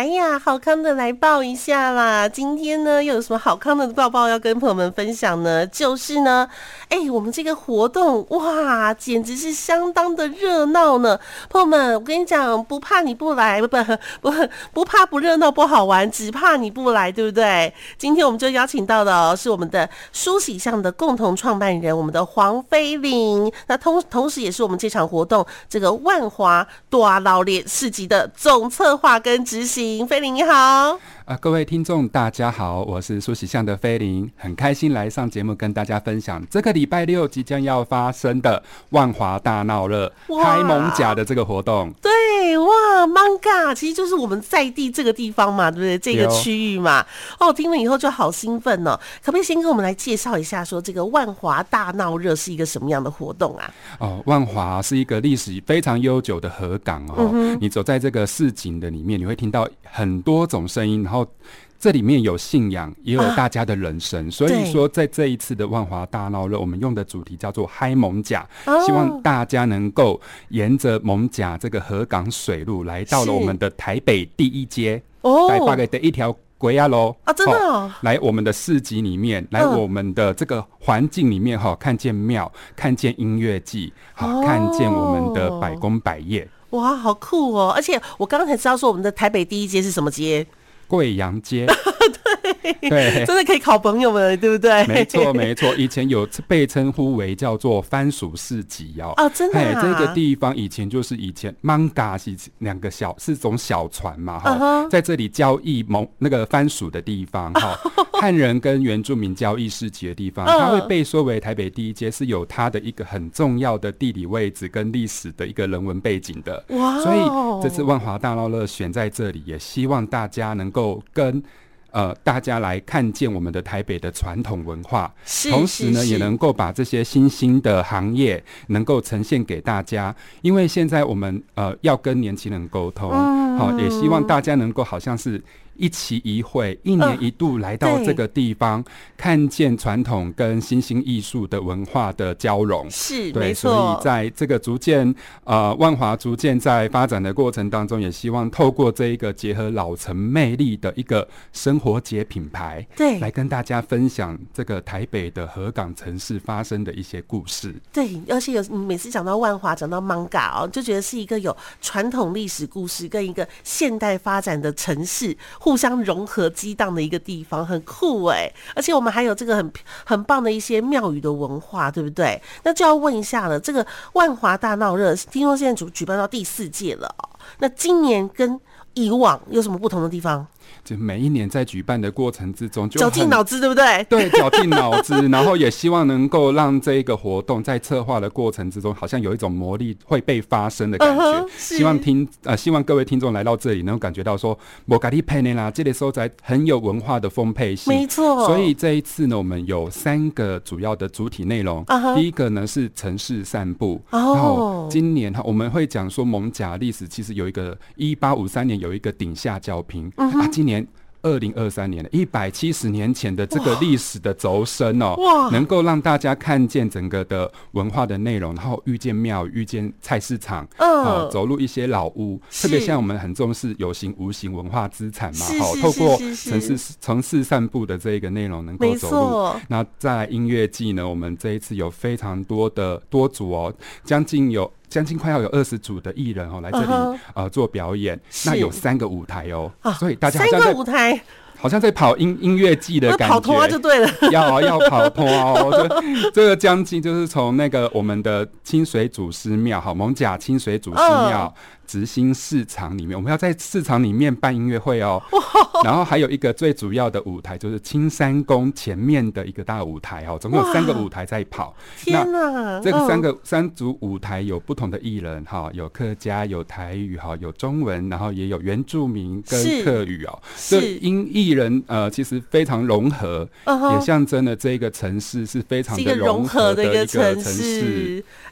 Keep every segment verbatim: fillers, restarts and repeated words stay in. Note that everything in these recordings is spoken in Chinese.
来呀，好康的来报一下啦！今天呢，又有什么好康的报报要跟朋友们分享呢？就是呢，哎，我们这个活动哇，简直是相当的热闹呢！朋友们，我跟你讲，不怕你不来，不不不不怕不热闹不好玩，只怕你不来，对不对？今天我们就邀请到的哦，是我们的梳洗巷的共同创办人，我们的黄菲玲，那同同时也是我们这场活动这个万华大老脸市集的总策划跟执行。菲玲你好。 啊，各位听众大家好，我是梳洗巷的菲玲，很开心来上节目跟大家分享这个礼拜六即将要发生的万华大闹热嗨蒙甲的这个活动。 对，哇 Manga 其实就是我们在地这个地方嘛，对不对？这个区域嘛。哦，听了以后就好兴奋哦。可不可以先跟我们来介绍一下说这个万华大闹热是一个什么样的活动啊？ 哦，万华是一个历史非常悠久的河港哦、嗯、你走在这个市井的里面，你会听到很多种声音，然后这里面有信仰，也有大家的人生、啊、所以说在这一次的万华大闹热，我们用的主题叫做嗨蒙甲、哦、希望大家能够沿着蒙甲这个河港水路来到了我们的台北第一街，台北的一条轨啊喽啊，真的、哦哦、来我们的市集里面，来我们的这个环境里面哈、哦，看见庙，看见音乐季，好、哦，看见我们的百工百业。 哇，好酷哦！而且我刚刚才知道说我们的台北第一街是什么街？ 贵阳街。 对对，真的可以考朋友们，对不对？ 没错没错，以前有被称呼为叫做番薯市集哦。 哦，真的、啊。 这个地方以前就是以前 manga 是两个小是种小船嘛哈、uh-huh ，在这里交易蒙那个番薯的地方哈，汉、uh-huh 人跟原住民交易市集的地方， uh-huh 它会被说为台北第一街，是有它的一个很重要的地理位置跟历史的一个人文背景的。哇、wow ！所以这次万华大闹热选在这里，也希望大家能够跟。呃，大家来看见我们的台北的传统文化，同时呢，也能够把这些新兴的行业能够呈现给大家。因为现在我们呃要跟年轻人沟通，好、嗯哦，也希望大家能够好像是。一期一会，一年一度来到这个地方、呃、看见传统跟新兴艺术的文化的交融， 是对，没错。所以在这个逐渐呃万华逐渐在发展的过程当中，也希望透过这一个结合老城魅力的一个生活节品牌，对，来跟大家分享这个台北的河港城市发生的一些故事。 对，而且有你每次讲到万华，讲到 Manga 哦，就觉得是一个有传统历史故事跟一个现代发展的城市。互相融合激荡的一个地方，很酷哎、欸！而且我们还有这个很很棒的一些庙宇的文化，对不对？那就要问一下了，这个万华大闹热，听说现在举举办到第四届了哦。那今年跟以往有什么不同的地方？ 就每一年在举办的过程之中就绞尽脑汁，对不对？ 对，绞尽脑汁，然后也希望能够让这个活动在策划的过程之中，好像有一种魔力会被发生的感觉。Uh-huh, 希望听呃，希望各位听众来到这里能够感觉到说，我咖喱配呢啦，这里所在很有文化的丰沛性。 没错。 所以这一次呢，我们有三个主要的主体内容。Uh-huh. 第一个呢是城市散步。哦、oh. 然后今年我们会讲说蒙甲历史其实有一个一八五三年有一个顶下教评、uh-huh. 啊，今年。二零二三年一百七十年前的这个历史的轴身哦，能够让大家看见整个的文化的内容，然后遇见庙，遇见菜市场，嗯、哦，走入一些老屋，特别像我们很重视有形无形文化资产嘛，好、哦，透过城市城市散步的这一个内容能够走入。那在音乐季呢，我们这一次有非常多的多组哦，将近有。将近快要有二十组的艺人哦来这里、uh-huh. 呃做表演，那有三个舞台哦，啊、所以大家好像在三个舞台。 好像在跑音音乐季的感觉， 跑脱啊就对了， 要要跑脱哦。这这个将近就是从那个我们的清水祖师庙，好，蒙甲清水祖师庙。Uh. 直兴市场里面，我们要在市场里面办音乐会哦。然后还有一个最主要的舞台，就是青山宫前面的一个大舞台哦，总共有三个舞台在跑。 天哪！ 这个三个、哦、三组舞台有不同的艺人哈，有客家，有台语哈，有中文，然后也有原住民跟客语哦。这因艺人呃，其实非常融合，uh-huh. 也象征了这个城市是非常的融合的一个城市。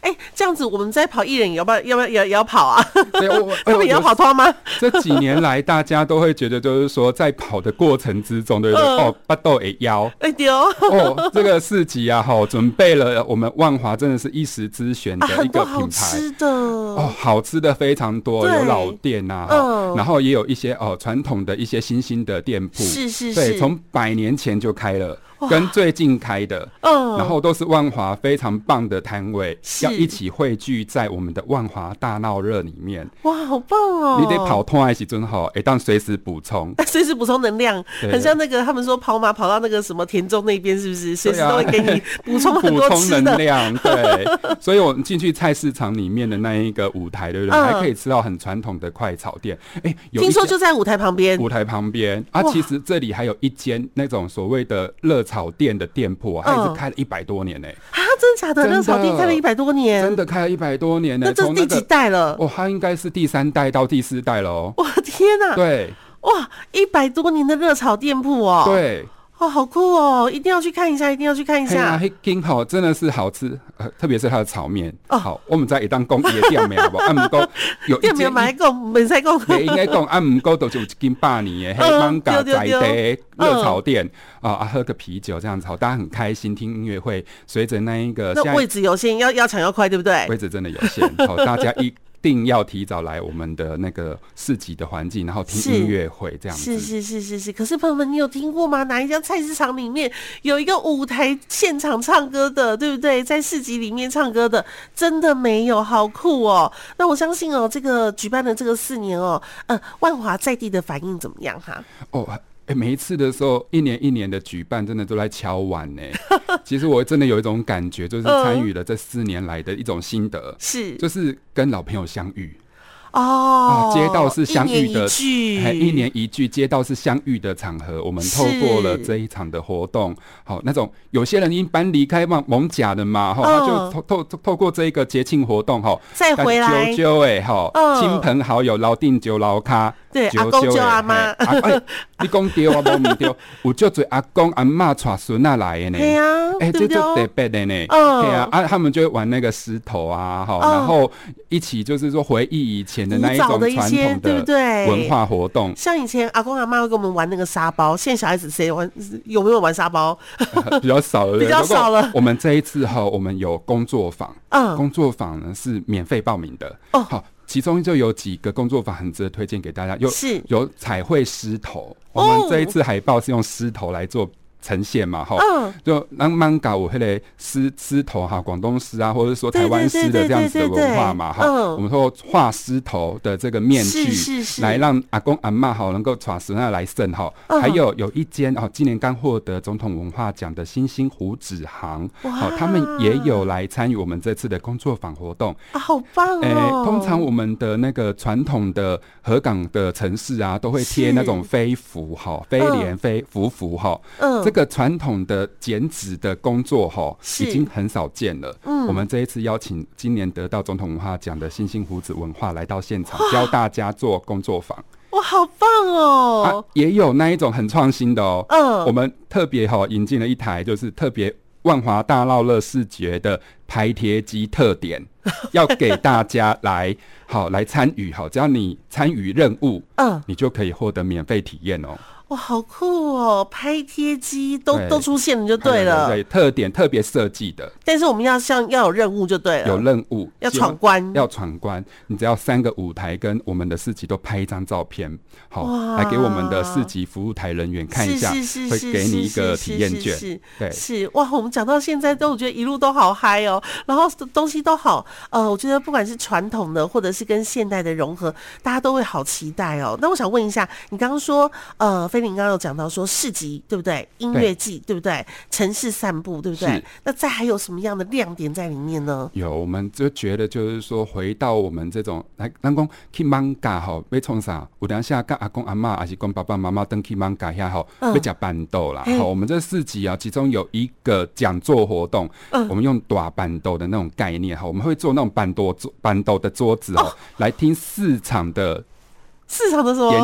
哎、欸，这样子我们在跑艺人也要不要要不要也要跑啊？ 对，我他们也要跑脱吗？ 这几年来，大家都会觉得，就是说，在跑的过程之中，对不对？嗯、哦，巴豆也腰， 哎丢哦，这个市集啊，哈，准备了我们万华真的是一时之选的一个品牌，啊、 好吃的哦，好吃的非常多，有老店啊，嗯、然后也有一些哦传统的一些新兴的店铺， 是是是， 对，从百年前就开了。跟最近开的，嗯，然后都是万华非常棒的摊位，要一起汇聚在我们的万华大闹热里面。 哇，好棒哦！ 你得跑通一起真好，哎，当随时补充， 随时补充能量，很像那个他们说跑马跑到那个什么田中那边，是不是？随时都会给你补充很多吃的能量。对，所以我们进去菜市场里面的那一个舞台，对不对？嗯、还可以吃到很传统的快炒店。哎， 听说就在舞台旁边， 舞台旁边啊，其实这里还有一间那种所谓的热炒店的店铺啊，它也是开了一百多年呢、欸。 啊，真的假的？热炒店开了一百多年， 真的开了一百多年呢、欸。 那这是第几代了？ 哦，它应该是第三代到第四代了哦。 哇天哪、啊！ 对， 哇，一百多年的热炒店铺哦。 对。 哦，好酷哦！一定要去看一下，一定要去看一下。 啊，很好，真的是好吃，呃，特别是它的炒面。哦，好，我们在一当讲伊的店名好不好？啊，唔讲有店名买讲，唔使讲。 对，应该讲啊，唔讲就是有一间百年的黑芒嘎在地热炒店啊，啊，喝个啤酒这样子，好，大家很开心听音乐会。随着那一个， 那位置有限，要要抢要快，对不对？ 位置真的有限，好，大家一。一定要提早来我们的那个市集的环境，然后听音乐会这样子。 是是是是是。可是朋友们，你有听过吗？哪一家菜市场里面有一个舞台现场唱歌的，对不对？在市集里面唱歌的，真的没有，好酷哦！那我相信哦，这个举办的这个四年哦，呃，万华在地的反应怎么样哈？ 哦。欸、每一次的时候，一年一年的举办，真的都在敲碗呢。其实我真的有一种感觉，就是参与了这四年来的一种心得，是、呃、就是跟老朋友相遇。哦、啊，街道是相遇的，一年一聚，一年一聚，街道是相遇的场合。我们透过了这一场的活动，好，那种有些人已经搬离开蒙蒙甲的嘛，哈、哦，他就透透透过这一个节庆活动，哈， 再回来， 揪揪哎，哈，亲朋好友老定酒老卡， 对，阿公舅阿妈， 哎，你讲对啊，无唔对，有足多阿公阿嬷带孙仔来的呢， 对啊， 哎、欸，这就特别的呢，对啊，啊，他们就会玩那个石头啊，哈，然后一起就是说回忆以前的那一种传统的文化活动， 对对像以前阿公阿嬷会跟我们玩那个沙包，现在小孩子谁玩？有没有玩沙包？ 呃、比较少了， 比较少了。 我们这一次哈，我们有工作坊，嗯，工作坊呢是免费报名的，哦，好。其中就有几个工作坊很值得推荐给大家，有有彩绘狮头，我们这一次海报是用狮头来做呈现嘛，哈、嗯，就让漫画有那个狮狮头哈，广东狮啊，或者说台湾狮的这样子的文化嘛，哈，我们说画狮头的这个面具，是是是来让阿公阿嬷好能够传孙仔来胜哈。还有有一间哦，今年刚获得总统文化奖的新兴胡子行，好，他们也有来参与我们这次的工作坊活动， 啊，好棒哦！欸、 通常我们的那个传统的河港的城市啊，都会贴那种飞符哈、飞帘、飞符符哈，嗯。这个传统的剪纸的工作齁，已经很少见了。嗯，我们这一次邀请今年得到总统文化奖的新兴胡子文化来到现场，教大家做工作坊。 哇，好棒哦！ 啊，也有那一种很创新的哦。嗯，我们特别齁引进了一台，就是特别万华大闹热视觉的拍贴机特点，要给大家来好来参与。好，只要你参与任务，嗯，你就可以获得免费体验哦。 哇，好酷哦！拍贴机都都出现了就对了， 对，对特点特别设计的。 但是我们要像要有任务就对了， 有任务要闯关， 要闯关。你只要三个舞台跟我们的市集都拍一张照片，好，来给我们的市集服务台人员看一下，是是是是会给你一个体验券。 是对，是哇！我们讲到现在都，我觉得一路都好嗨哦，然后东西都好，呃，我觉得不管是传统的或者是跟现代的融合，大家都会好期待哦。那我想问一下，你刚刚说，呃，菲林刚刚有讲到说市集对不对？音乐季 对, 对不对？城市散步对不对？那再还有什么样的亮点在里面呢？ 有，我们就觉得就是说，回到我们这种来，咱讲去艋舺吼，要创啥？有当下跟阿公阿嬷，还是跟爸爸妈妈登去艋舺遐吼，要吃板豆啦。好，我们这市集啊，其中有一个讲座活动，嗯、我们用大板豆的那种概念哈，我们会做那种板豆桌板豆的桌子哦，来听四场的四场的什么演讲。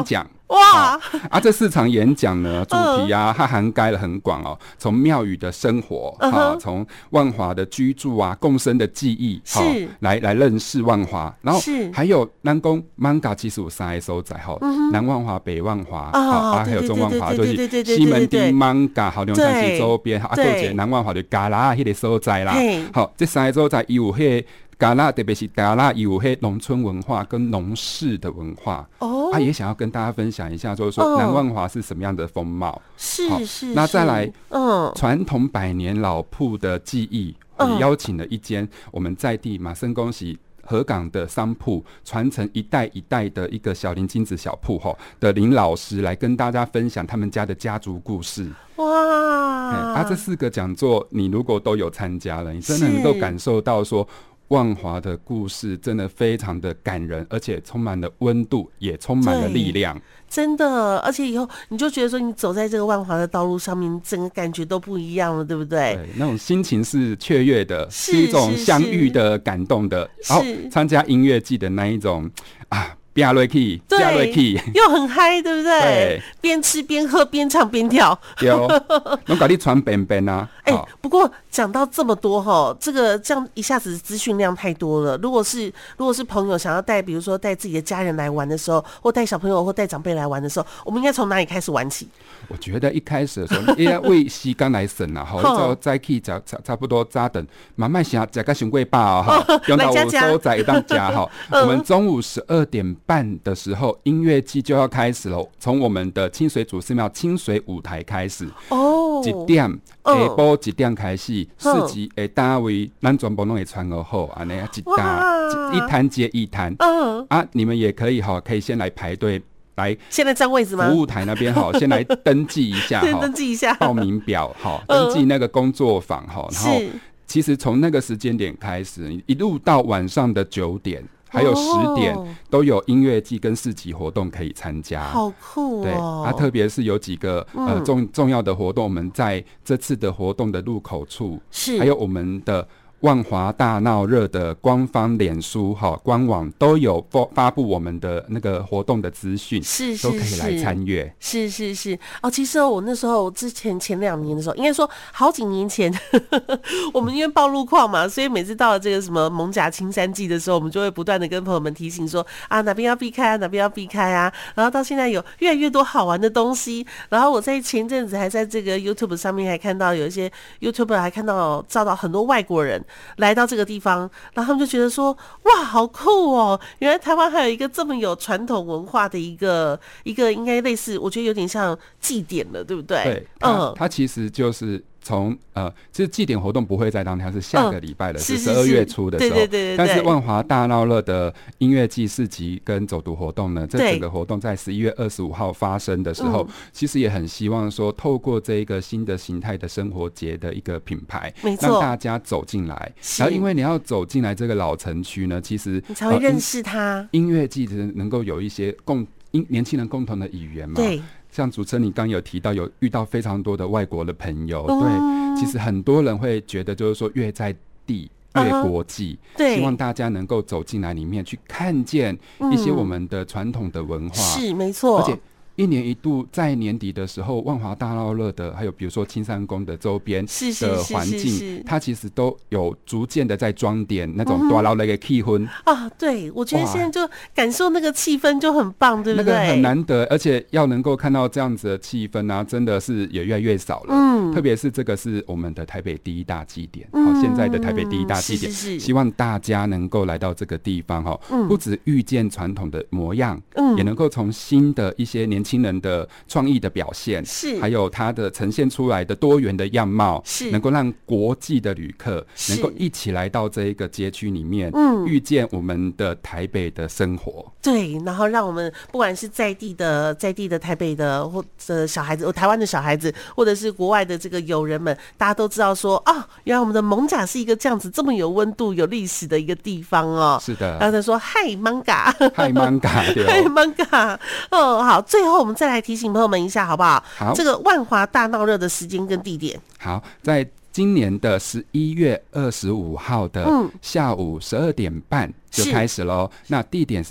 哇、 哦、啊，这四场演讲呢，主题啊，它涵盖了很广哦，从庙宇的生活，哈、嗯，从、哦、万华的居住啊，共生的记忆， 是、 哦、来来认识万华，然后还有南宫 manga 其实有三个所在哈、嗯，南万华、北万华，好、哦、啊，还有中万华，就是西门町 manga 好，龙山寺周边，啊，还有一个南万华的嘎啦迄个所在啦，好，这三个所在有迄、那個。嘎啦，特别是嘎啦，有些农村文化跟农事的文化，哦，他、啊、也想要跟大家分享一下，就是说南万华是什么样的风貌， 是是。 那再来，嗯，传统百年老铺的技艺，也邀请了一间我们在地马生恭喜河港的商铺，传承一代一代的一个小林金子小铺吼的林老师来跟大家分享他们家的家族故事。哇！啊，这四个讲座你如果都有参加了，你真的能够感受到说。万华的故事真的非常的感人，而且充满了温度，也充满了力量。 真的，而且以后你就觉得说，你走在这个万华的道路上面，整个感觉都不一样了，对不对？ 对，那种心情是雀跃的， 是, 是一种相遇的感动的，然后参加音乐季的那一种啊。加落去，加落去， 又很嗨，对不对？对，边吃边喝，边唱边跳。 有，能把你传便便啊！ 哎、欸，不过讲到这么多哈，这个这样一下子资讯量太多了。如果是如果是朋友想要带，比如说带自己的家人来玩的时候，或带小朋友或带长辈来玩的时候，我们应该从哪里开始玩起？ 我觉得一开始的时候，应该为时间来省啊，哈，一早早起差差不多早等，慢慢想吃个熊贵饱哈，用到我收在当家哈。我们中午十二点半的时候，音乐季就要开始了，从我们的清水祖师庙清水舞台开始。哦，一点下晡一點開始，四級會單位，咱全部攏會傳個好，安尼啊一單一攤接一攤。嗯啊，你們也可以哈，可以先來排隊。來， 現在占位置嗎？ 服務台那邊好，先來登記一下哈， 登記一下報名表哈，登記那個工作坊哈，然後其實從那個時間點開始，一路到晚上的九點。還有十點都有音樂季跟市集活動可以參加， 好酷哦！ 對啊，特別是有幾個、嗯、呃重重要的活動，我們在這次的活動的入口處，是還有我們的。萬華大鬧熱的官方臉書哈官網都有發布我們的那個活動的資訊，是是是，都可以來參與。 是是是哦，其實我那時候之前前兩年的時候，應該說好幾年前，呵呵我們因為報路況嘛，所以每次到了這個什麼艋舺青山季的時候，我們就會不斷的跟朋友們提醒說啊哪邊要避開啊哪邊要避開啊，然後到現在有越來越多好玩的東西。然後我在前陣子還在這個 YouTube 上面還看到有一些 YouTuber 還看到照到很多外國人。來到這個地方，然後他們就覺得說，哇，好酷哦！原來台灣還有一個這麼有傳統文化的一個一個，應該類似，我覺得有點像祭典了，對不對？ 對，嗯，它其實就是從呃，其實祭典活動不會在當天，是下個禮拜的，嗯、是十二月初的時候。對對對對對。但是萬華大鬧熱的音樂季市集跟走讀活動呢，這整個活動在十一月二十五號發生的時候，其實也很希望說，透過這一個新的形態的生活節的一個品牌，讓大家走進來。然後因為你要走進來這個老城區呢，其實你才會認識它。呃、音樂季能夠有一些共年輕人共同的語言嘛。對。像主持人你剛有提到有遇到非常多的外國的朋友，嗯、對，其實很多人會覺得就是說越在地越國際、uh-huh, 對，希望大家能夠走進來裡面去看見一些我們的傳統的文化， 嗯、是沒錯， 而且一年一度在年底的時候，萬華大鬧熱的，還有比如說青山宮的周邊的環境，它其實都有逐漸的在裝點那種大鬧熱的氣氛、 嗯、啊。對，我覺得現在就感受那個氣氛就很棒，對不對？ 那個很難得，而且要能夠看到這樣子的氣氛啊，真的是也越來越少了。嗯，特別是這個是我們的台北第一大祭典，好、嗯，現在的台北第一大祭典，是是是，希望大家能夠來到這個地方哈、嗯，不止遇見傳統的模樣，嗯，也能夠從新的一些年輕新人的創意的表現，是還有它的呈現出來的多元的樣貌，是能夠讓國際的旅客能夠一起來到這一個街區裡面，嗯，遇見我們的台北的生活。 對，然後讓我們不管是在地的在地的台北的或者小孩子，台灣的小孩子，或者是國外的這個友人們，大家都知道說啊，原來我們的艋舺是一個這樣子這麼有溫度、有歷史的一個地方哦。 是的。 然後他說嗨艋舺， 嗨艋舺，對哦， 嗨艋舺。哦，好，最後我們再來提醒朋友們一下，好不好？ 好， 這個萬華大鬧熱的時間跟地點。 好，在今年的十一月二十五號的下午十二點半就開始咯、嗯。那地點是在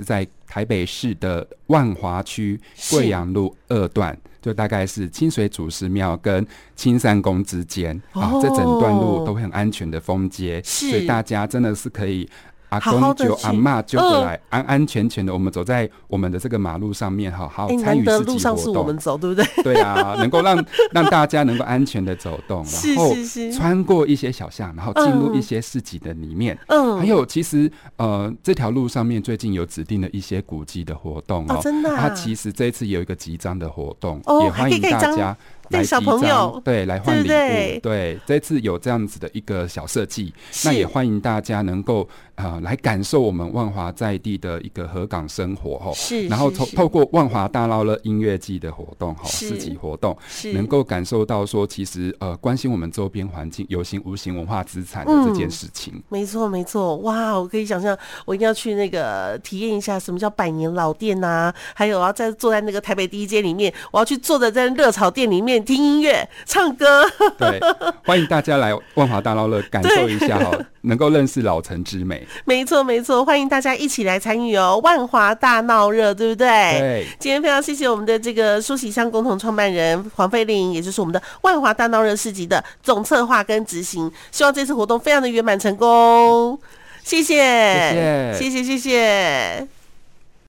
台北市的万华区贵阳路二段，就大概是清水祖师庙跟青山宫之间、哦、啊，这整段路都会很安全的封街，所以大家真的是可以阿公就阿嬷就回来、嗯、安安全全的，我们走在我们的这个马路上面，好好参与市集活动。难得路上是我们走，对不对？ 对啊，能够让让大家能够安全的走动，然后穿过一些小巷，然后进入一些市集的里面。嗯，还有其实呃这条路上面最近有指定了一些古迹的活动哦， 哦真的、啊。 它其实这一次有一个集章的活动，哦、也欢迎大家。来小朋友对来换礼物， 对, 对, 对，这次有这样子的一个小设计，那也欢迎大家能够呃来感受我们万华在地的一个河港生活哈， 是， 然后透过万华大闹乐音乐季的活动哈，市集活动，能够感受到说其实呃关心我们周边环境有形无形文化资产的这件事情。 嗯、没错没错，哇，我可以想象我一定要去那个体验一下什么叫百年老店啊，还有我要在坐在那个台北第一街里面，我要去坐在在热炒店里面听音乐唱歌。 对，欢迎大家来万华大闹乐感受一下哈，能够认识老城之美。 没错没错，欢迎大家一起来参与哦，万华大闹热，对不对？ 对。 今天非常谢谢我们的这个书喜乡共同创办人黄飞玲，也就是我们的万华大闹热市集的总策划跟执行，希望这次活动非常的圆满成功。谢谢， 谢谢， 谢谢，谢谢。